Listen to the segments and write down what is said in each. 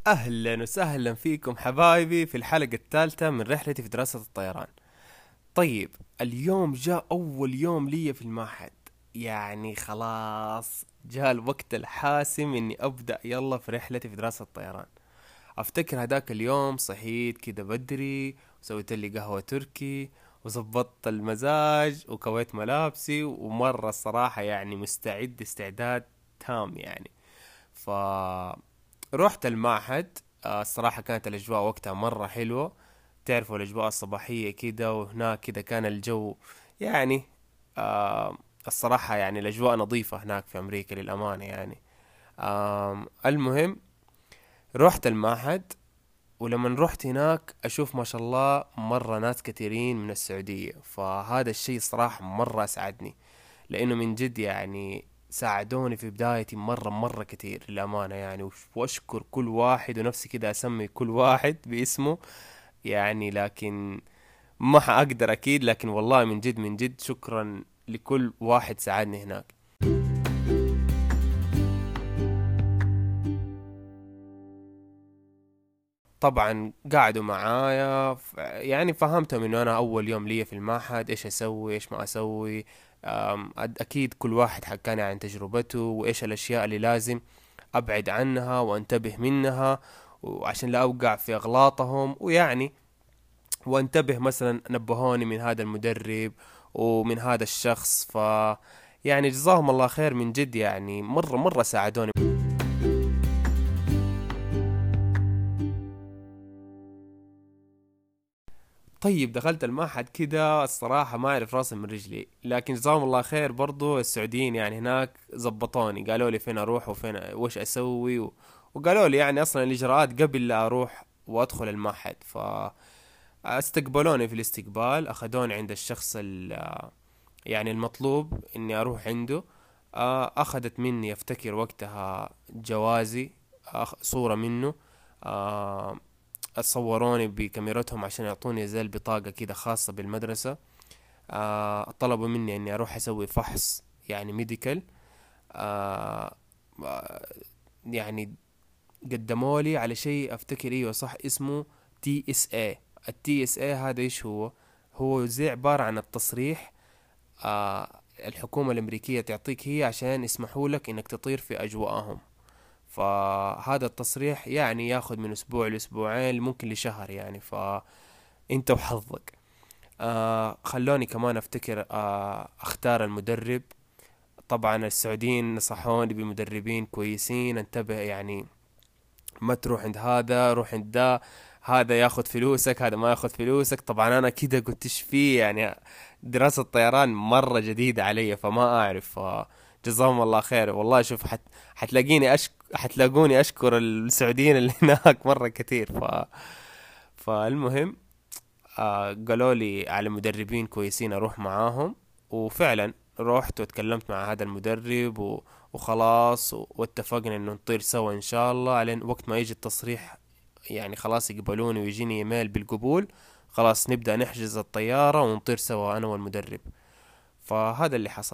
أهلا وسهلا فيكم حبايبي في الحلقة الثالثة من رحلتي في دراسة الطيران. طيب، اليوم جاء أول يوم لي في المعهد. يعني خلاص جاء الوقت الحاسم إني أبدأ يلا في رحلتي في دراسة الطيران. أفتكر هداك اليوم صحيت كده بدري وسويت لي قهوة تركي وظبطت المزاج وكويت ملابسي، ومرة الصراحة يعني مستعد استعداد تام يعني. ف رحت المعهد. الصراحة كانت الأجواء وقتها مرة حلوة. تعرفوا الأجواء الصباحية كده، وهناك كده كان الجو يعني آه الصراحة يعني الأجواء نظيفة هناك في أمريكا للأمانة يعني. المهم رحت المعهد، ولما رحت هناك أشوف ما شاء الله مرة ناس كثيرين من السعودية، فهذا الشيء صراحة مرة أسعدني، لانه من جد يعني ساعدوني في بدايتي مرة كتير للأمانة يعني. واشكر كل واحد، ونفسي كده اسمي كل واحد باسمه يعني، لكن ما حقدر اكيد، لكن والله من جد من جد شكرا لكل واحد ساعدني هناك. طبعا قعدوا معايا يعني فهمتهم انه انا اول يوم لي في المعهد، ايش اسوي ايش ما اسوي. اكيد كل واحد حكاني عن تجربته وايش الاشياء اللي لازم ابعد عنها وانتبه منها، وعشان لا اوقع في اغلاطهم، ويعني وانتبه مثلا نبهوني من هذا المدرب ومن هذا الشخص. يعني جزاهم الله خير من جد، يعني مرة ساعدوني. طيب دخلت المعهد كده الصراحة ما أعرف راسي من رجلي، لكن جزاهم الله خير برضو السعوديين يعني هناك زبطوني، قالوا لي فين أروح وفين وش أسوي وقالوا لي يعني أصلا الإجراءات قبل لا أروح وأدخل المعهد. استقبلوني في الاستقبال، أخذوني عند الشخص يعني المطلوب إني أروح عنده. أخذت مني أفتكر وقتها جوازي، صورة منه. آه، صوروني بكاميرتهم عشان يعطوني زي البطاقة كده خاصة بالمدرسة. طلبوا مني اني اروح اسوي فحص يعني ميديكال. آه آه، يعني قدموا لي على شيء افتكر ايوه صح اسمه تي اس اي. التي اس اي هذا ايش هو؟ هو زي عبارة عن التصريح الحكومة الامريكية تعطيك هي عشان يسمحوا لك انك تطير في اجواءهم. فهذا التصريح يعني ياخذ من اسبوع لاسبوعين، ممكن لشهر يعني، فانت وحظك. خلوني كمان افتكر اختار المدرب. طبعا السعوديين نصحوني بمدربين كويسين، انتبه يعني ما تروح عند هذا، روح عند ده، هذا ياخذ فلوسك هذا ما ياخذ فلوسك. طبعا انا كده قلت ايش فيه يعني، دراسة طيران مرة جديدة علي فما اعرف. جزاهم الله خير والله. شوف حتلاقوني اشكر السعوديين اللي هناك مرة كتير. فالمهم قالوا لي على مدربين كويسين اروح معاهم، وفعلا رحت وتكلمت مع هذا المدرب وخلاص واتفقنا انه نطير سوا ان شاء الله على وقت ما يجي التصريح. يعني خلاص يقبلوني ويجيني ايميل بالقبول، خلاص نبدأ نحجز الطيارة ونطير سوا انا والمدرب. فهذا اللي حصل.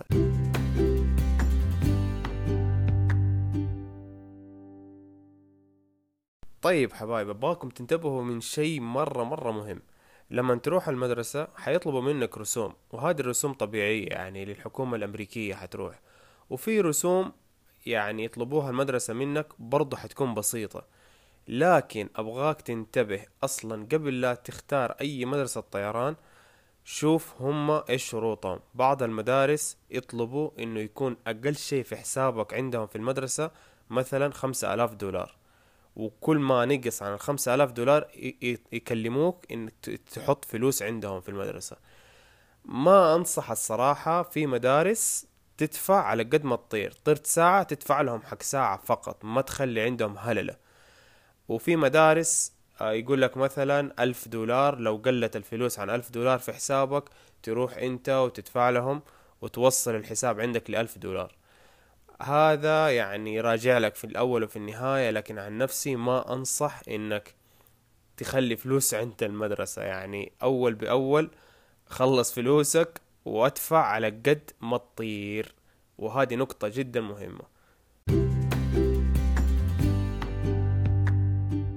طيب حبايب، ابغاكم تنتبهوا من شيء مرة مهم. لما تروح المدرسة حيطلبوا منك رسوم، وهذه الرسوم طبيعية يعني للحكومة الأمريكية حتروح. وفي رسوم يعني يطلبوها المدرسة منك برضو حتكون بسيطة. لكن أبغاك تنتبه أصلا قبل لا تختار أي مدرسة طيران. شوف هما إيش شروطهم. بعض المدارس يطلبوا إنه يكون أقل شيء في حسابك عندهم في المدرسة مثلا 5000 دولار، وكل ما نقص عن ال5000 دولار يكلموك انك تحط فلوس عندهم في المدرسة. ما انصح الصراحة في مدارس تدفع على قد ما تطير، طرت ساعة تدفع لهم حق ساعة فقط، ما تخلي عندهم هللة. وفي مدارس يقول لك مثلا 1000 دولار، لو قلت الفلوس عن 1000 دولار في حسابك تروح انت وتدفع لهم وتوصل الحساب عندك ل1000 دولار. هذا يعني راجع لك في الأول وفي النهاية، لكن عن نفسي ما أنصح إنك تخلي فلوس عند المدرسة. يعني أول بأول خلص فلوسك وادفع على قد ما تطير، وهذه نقطة جدا مهمة.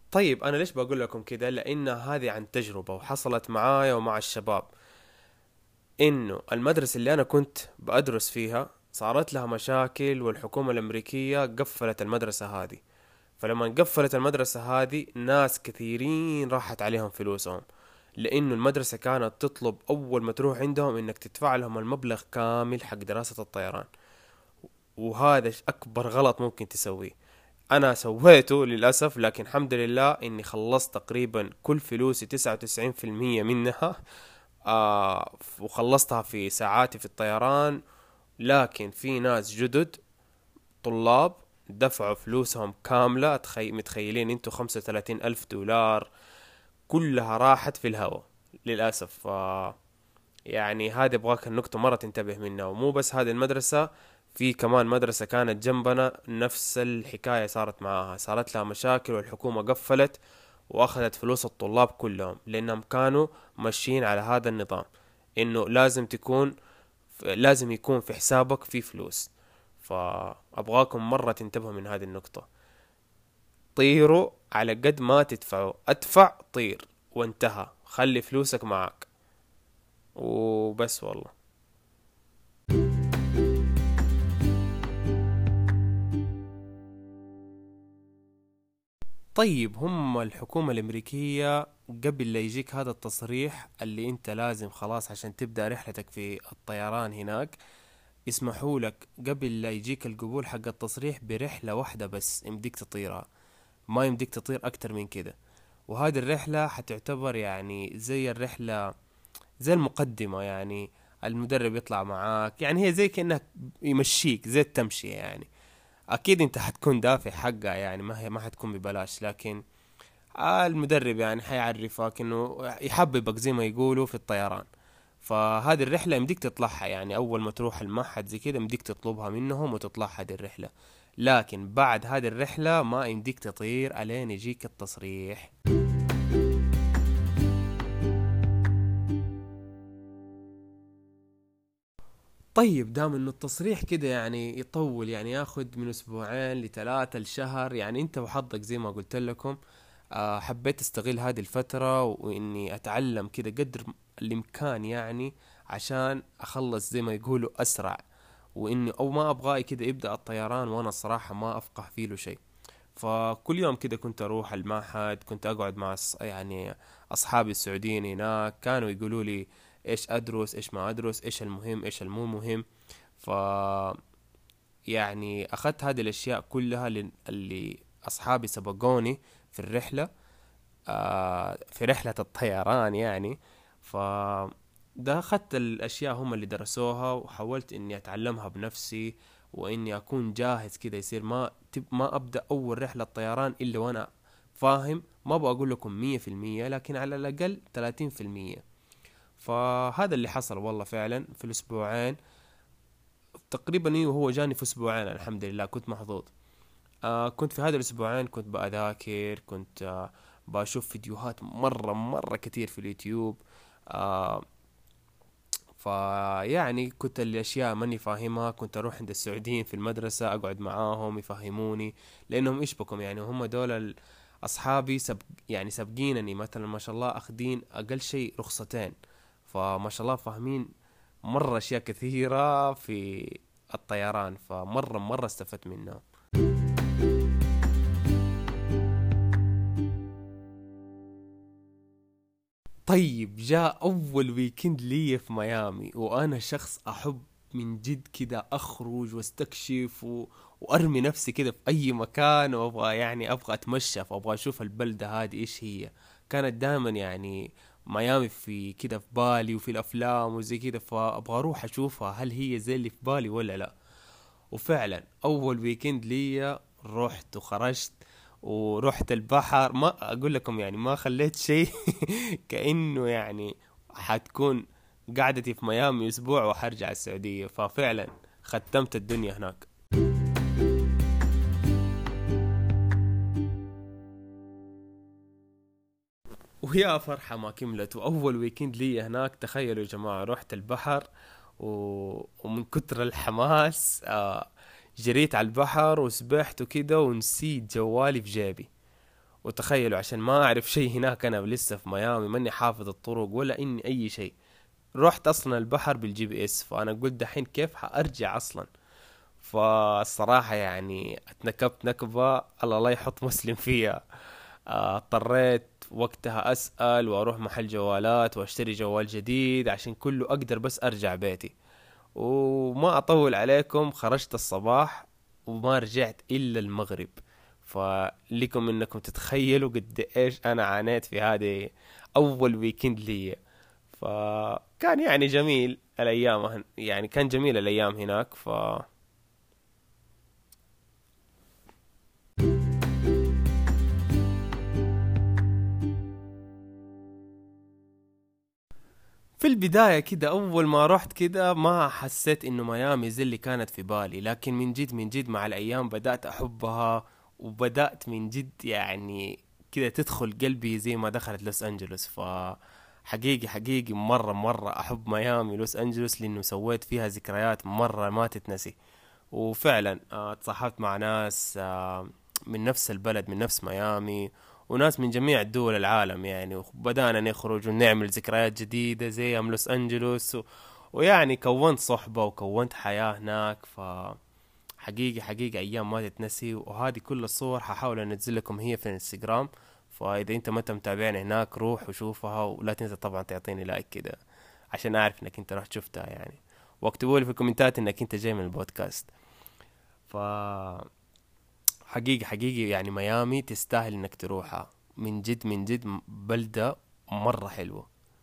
طيب انا ليش بقول لكم كده؟ لان هذه عن تجربة وحصلت معايا ومع الشباب. انه المدرسة اللي انا كنت بدرس فيها صارت لها مشاكل، والحكومة الامريكية قفلت المدرسة هذه. فلما قفلت المدرسة هذه ناس كثيرين راحت عليهم فلوسهم، لانه المدرسة كانت تطلب اول ما تروح عندهم انك تدفع لهم المبلغ كامل حق دراسة الطيران. وهذا اكبر غلط ممكن تسويه. انا سويته للاسف، لكن الحمد لله اني خلصت تقريبا كل فلوسي 99% منها. وخلصتها في ساعاتي في الطيران. لكن في ناس جدد، طلاب، دفعوا فلوسهم كاملة. متخيلين انتوا 35 ألف دولار كلها راحت في الهواء للأسف. يعني هذه ابغاك النقطة مرة تنتبه منها. ومو بس هذه المدرسة، في كمان مدرسة كانت جنبنا نفس الحكاية صارت معاها، صارت لها مشاكل والحكومة قفلت واخذت فلوس الطلاب كلهم، لانهم كانوا ماشيين على هذا النظام، انه لازم يكون في حسابك في فلوس. فابغاكم مرة تنتبهوا من هذه النقطة. طيروا على قد ما تدفعوا، ادفع طير وانتهى، خلي فلوسك معك وبس والله. طيب هم الحكومة الأمريكية قبل لا يجيك هذا التصريح اللي انت لازم خلاص عشان تبدأ رحلتك في الطيران هناك، يسمحوا لك قبل لا يجيك القبول حق التصريح برحلة واحدة بس يمديك تطيرها. ما يمديك تطير أكتر من كده. وهذه الرحلة حتعتبر يعني زي الرحلة، زي المقدمة يعني. المدرب يطلع معاك، يعني هي زي كأنك يمشيك زي التمشية يعني. أكيد أنت حتكون دافع حقها يعني، ما حتكون ببلاش، لكن المدرب يعني حيعرفك انه يحببك زي ما يقولوا في الطيران. فهذه الرحلة يمديك تطلعها يعني اول ما تروح المعهد زي كده، يمديك تطلبها منهم وتطلع هذه الرحلة. لكن بعد هذه الرحلة ما يمديك تطير الين يجيك التصريح. طيب دام انه التصريح كده يعني يطول، يعني ياخد من اسبوعين لثلاثة لشهر، يعني انت وحظك زي ما قلت لكم. حبيت استغل هذه الفترة واني اتعلم كده قدر الامكان يعني، عشان اخلص زي ما يقولوا اسرع. واني او ما ابغى كده يبدأ الطيران وانا الصراحة ما افقه فيه له شيء. فكل يوم كده كنت اروح المعهد، كنت اقعد مع يعني اصحابي السعوديين هناك، كانوا يقولوا لي ايش ادرس ايش ما ادرس، ايش المهم ايش المو مهم. ف يعني اخذت هذه الاشياء كلها اللي اصحابي سبقوني في الرحلة، في رحلة الطيران يعني. ف ده أخذت الأشياء هم اللي درسوها، وحاولت إني أتعلمها بنفسي، وإني أكون جاهز كده. يصير ما أبدأ أول رحلة طيران إلا وأنا فاهم. ما بقول لكم 100%، لكن على الأقل 30%. فهذا اللي حصل والله فعلا في الأسبوعين تقريبا. هو جاني في أسبوعين الحمد لله، كنت محظوظ. كنت في هذا الأسبوعين كنت بأذاكر، كنت بشوف فيديوهات مرة مرة كتير في اليوتيوب. آه فيعني كنت الأشياء ماني فاهمها كنت أروح عند السعوديين في المدرسة أقعد معاهم يفهموني، لأنهم إيش بكم يعني هم دول أصحابي يعني سابقينني مثلا ما شاء الله، أخدين أقل شيء رخصتين. فما شاء الله فاهمين مرة أشياء كثيرة في الطيران، فمرة مرة استفدت منها. طيب جاء اول ويكند لي في ميامي، وانا شخص احب من جد كده اخرج واستكشف وارمي نفسي كده في اي مكان، وابغى يعني ابغى اتمشى، فابغى اشوف البلدة هذه ايش هي. كانت دائما يعني ميامي في كده في بالي وفي الافلام وزي كده، فابغى اروح اشوفها هل هي زي اللي في بالي ولا لا. وفعلا اول ويكند ليا رحت وخرجت ورحت البحر. ما اقول لكم يعني ما خليت شيء كأنه يعني حتكون قعدتي في ميامي اسبوع وحرجع السعودية. ففعلا ختمت الدنيا هناك. ويا فرحة ما كملت، وأول ويكند لي هناك تخيلوا يا جماعة رحت البحر و... ومن كتر الحماس جريت على البحر وسبحت وكده ونسيت جوالي في جيبي. وتخيلوا عشان ما اعرف شيء هناك، انا لسه في ميامي ماني حافظ الطرق ولا اني اي شيء. رحت اصلا البحر بالجي بي اس، فانا قلت دحين كيف حارجع اصلا. فالصراحة يعني اتنكبت نكبة الله لا يحط مسلم فيها. اضطريت وقتها اسأل واروح محل جوالات واشتري جوال جديد عشان كله اقدر بس ارجع بيتي. وما اطول عليكم، خرجت الصباح وما رجعت الا المغرب. فلكم انكم تتخيلوا قد ايش انا عانيت في هذه اول ويكند لي. فكان يعني جميل الايام يعني كان جميل الايام هناك. في البداية كده أول ما رحت كده ما حسيت إنه ميامي زي اللي كانت في بالي، لكن من جد من جد مع الأيام بدأت أحبها. وبدأت من جد يعني كده تدخل قلبي زي ما دخلت لوس أنجلوس. حقيقي حقيقي مرة مرة أحب ميامي لوس أنجلوس، لأنه سويت فيها ذكريات مرة ما تتنسي. وفعلا تصاحبت مع ناس من نفس البلد، من نفس ميامي، وناس من جميع دول العالم يعني. وبدأنا نخرج ونعمل ذكريات جديدة زي لوس أنجلوس ويعني كونت صحبة وكونت حياة هناك. حقيقي حقيقي أيام ما تتنسي. وهذه كل الصور ححاول أنزل لكم هي في الانستغرام، فإذا أنت ما متابعني هناك روح وشوفها، ولا تنسى طبعا تعطيني لايك كده عشان أعرف إنك أنت رحت شفتها يعني. واكتبوا لي في الكومنتات إنك أنت جاي من البودكاست. ف حقيقي حقيقي يعني ميامي تستاهل انك تروحها، من جد من جد بلدة مرة حلوة.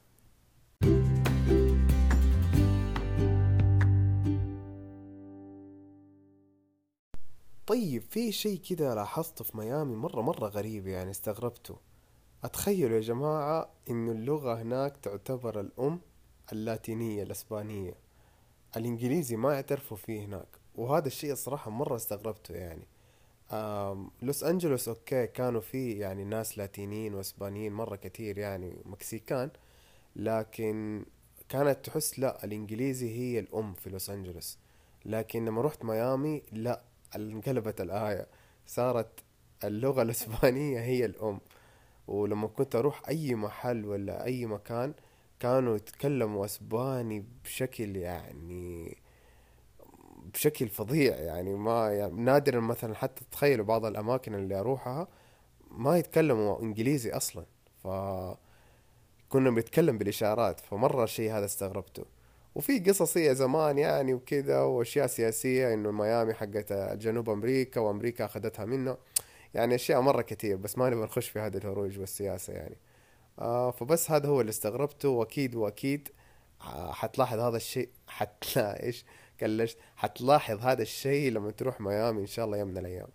طيب في شيء كده لاحظته في ميامي مرة مرة غريب يعني استغربته. اتخيلوا يا جماعة انه اللغة هناك تعتبر الام اللاتينية الاسبانية، الانجليزي ما يعترفوا فيه هناك. وهذا الشيء الصراحة مرة استغربته يعني. لوس أنجلوس أوكي كانوا فيه يعني ناس لاتينيين وإسبانيين مرة كتير يعني مكسيكان، لكن كانت تحس لا الإنجليزي هي الأم في لوس أنجلوس. لكن لما رحت ميامي لا، انقلبت الآية، صارت اللغة الإسبانية هي الأم. ولما كنت أروح أي محل ولا أي مكان كانوا يتكلموا أسباني بشكل يعني بشكل فظيع يعني. ما يعني نادرا مثلا حتى تخيلوا بعض الأماكن اللي أروحها ما يتكلموا إنجليزي أصلا، فكنا بنتكلم بالإشارات. فمرة الشيء هذا استغربته. وفي قصصية زمان يعني وكذا وأشياء سياسية إنه ميامي حقت جنوب أمريكا وأمريكا أخذتها منه، يعني أشياء مرة كتير بس ما نبغى نخش في هذا الهروج والسياسة يعني. فبس هذا هو اللي استغربته. وأكيد حتلاحظ هذا الشيء حتلا إيش كلش حتلاحظ هذا الشيء لما تروح ميامي إن شاء الله يوم من الأيام.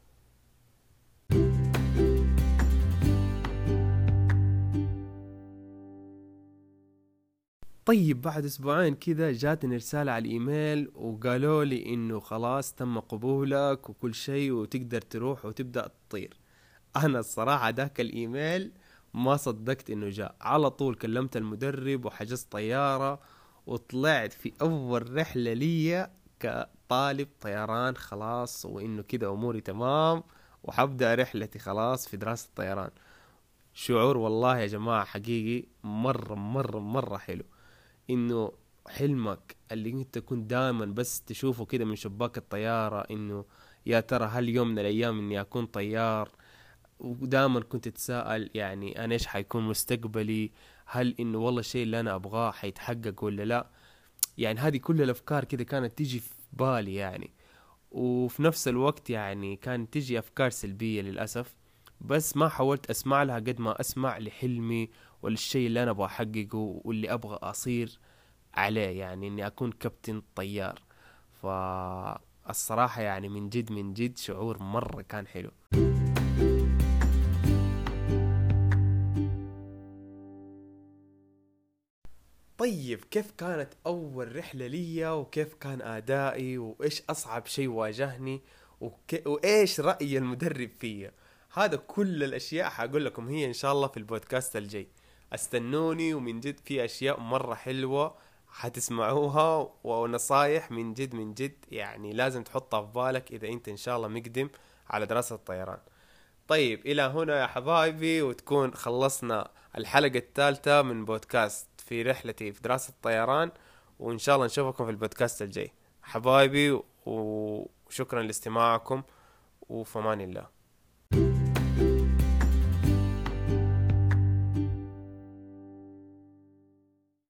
طيب بعد اسبوعين كذا جاتني رسالة على الايميل وقالوا لي انه خلاص تم قبولك وكل شيء وتقدر تروح وتبدأ تطير. انا الصراحة ذاك الايميل ما صدقت انه جاء. على طول كلمت المدرب وحجزت طيارة وطلعت في اول رحلة لي كطالب طيران خلاص، وانه كده اموري تمام وحبدأ رحلتي خلاص في دراسة الطيران. شعور والله يا جماعة حقيقي مرة مرة مرة حلو. انه حلمك اللي انت كنت دائما بس تشوفه كده من شباك الطيارة، انه يا ترى هل يوم من الايام اني اكون طيار. ودائما كنت تتساءل يعني انا ايش حيكون مستقبلي، هل انه والله الشيء اللي انا ابغاه حيتحقق ولا لا. يعني هذه كل الافكار كده كانت تيجي في بالي يعني. وفي نفس الوقت يعني كانت تيجي افكار سلبية للاسف، بس ما حاولت اسمع لها قد ما اسمع لحلمي وللشيء اللي انا ابغى احققه واللي ابغى اصير عليه، يعني اني اكون كابتن طيار. فالصراحة يعني من جد من جد شعور مرة كان حلو. طيب كيف كانت أول رحلة لي وكيف كان أدائي وإيش أصعب شيء واجهني وإيش رأي المدرب فيا؟ هذا كل الأشياء حقول لكم هي إن شاء الله في البودكاست الجاي. استنوني، ومن جد في أشياء مرة حلوة حتسمعوها ونصايح من جد من جد يعني لازم تحطها في بالك إذا أنت إن شاء الله مقدم على دراسة الطيران. طيب إلى هنا يا حبايبي، وتكون خلصنا الحلقة الثالثة من بودكاست في رحلتي في دراسة الطيران. وإن شاء الله نشوفكم في البودكاست الجاي حبايبي، وشكرا لاستماعكم، وفمان الله.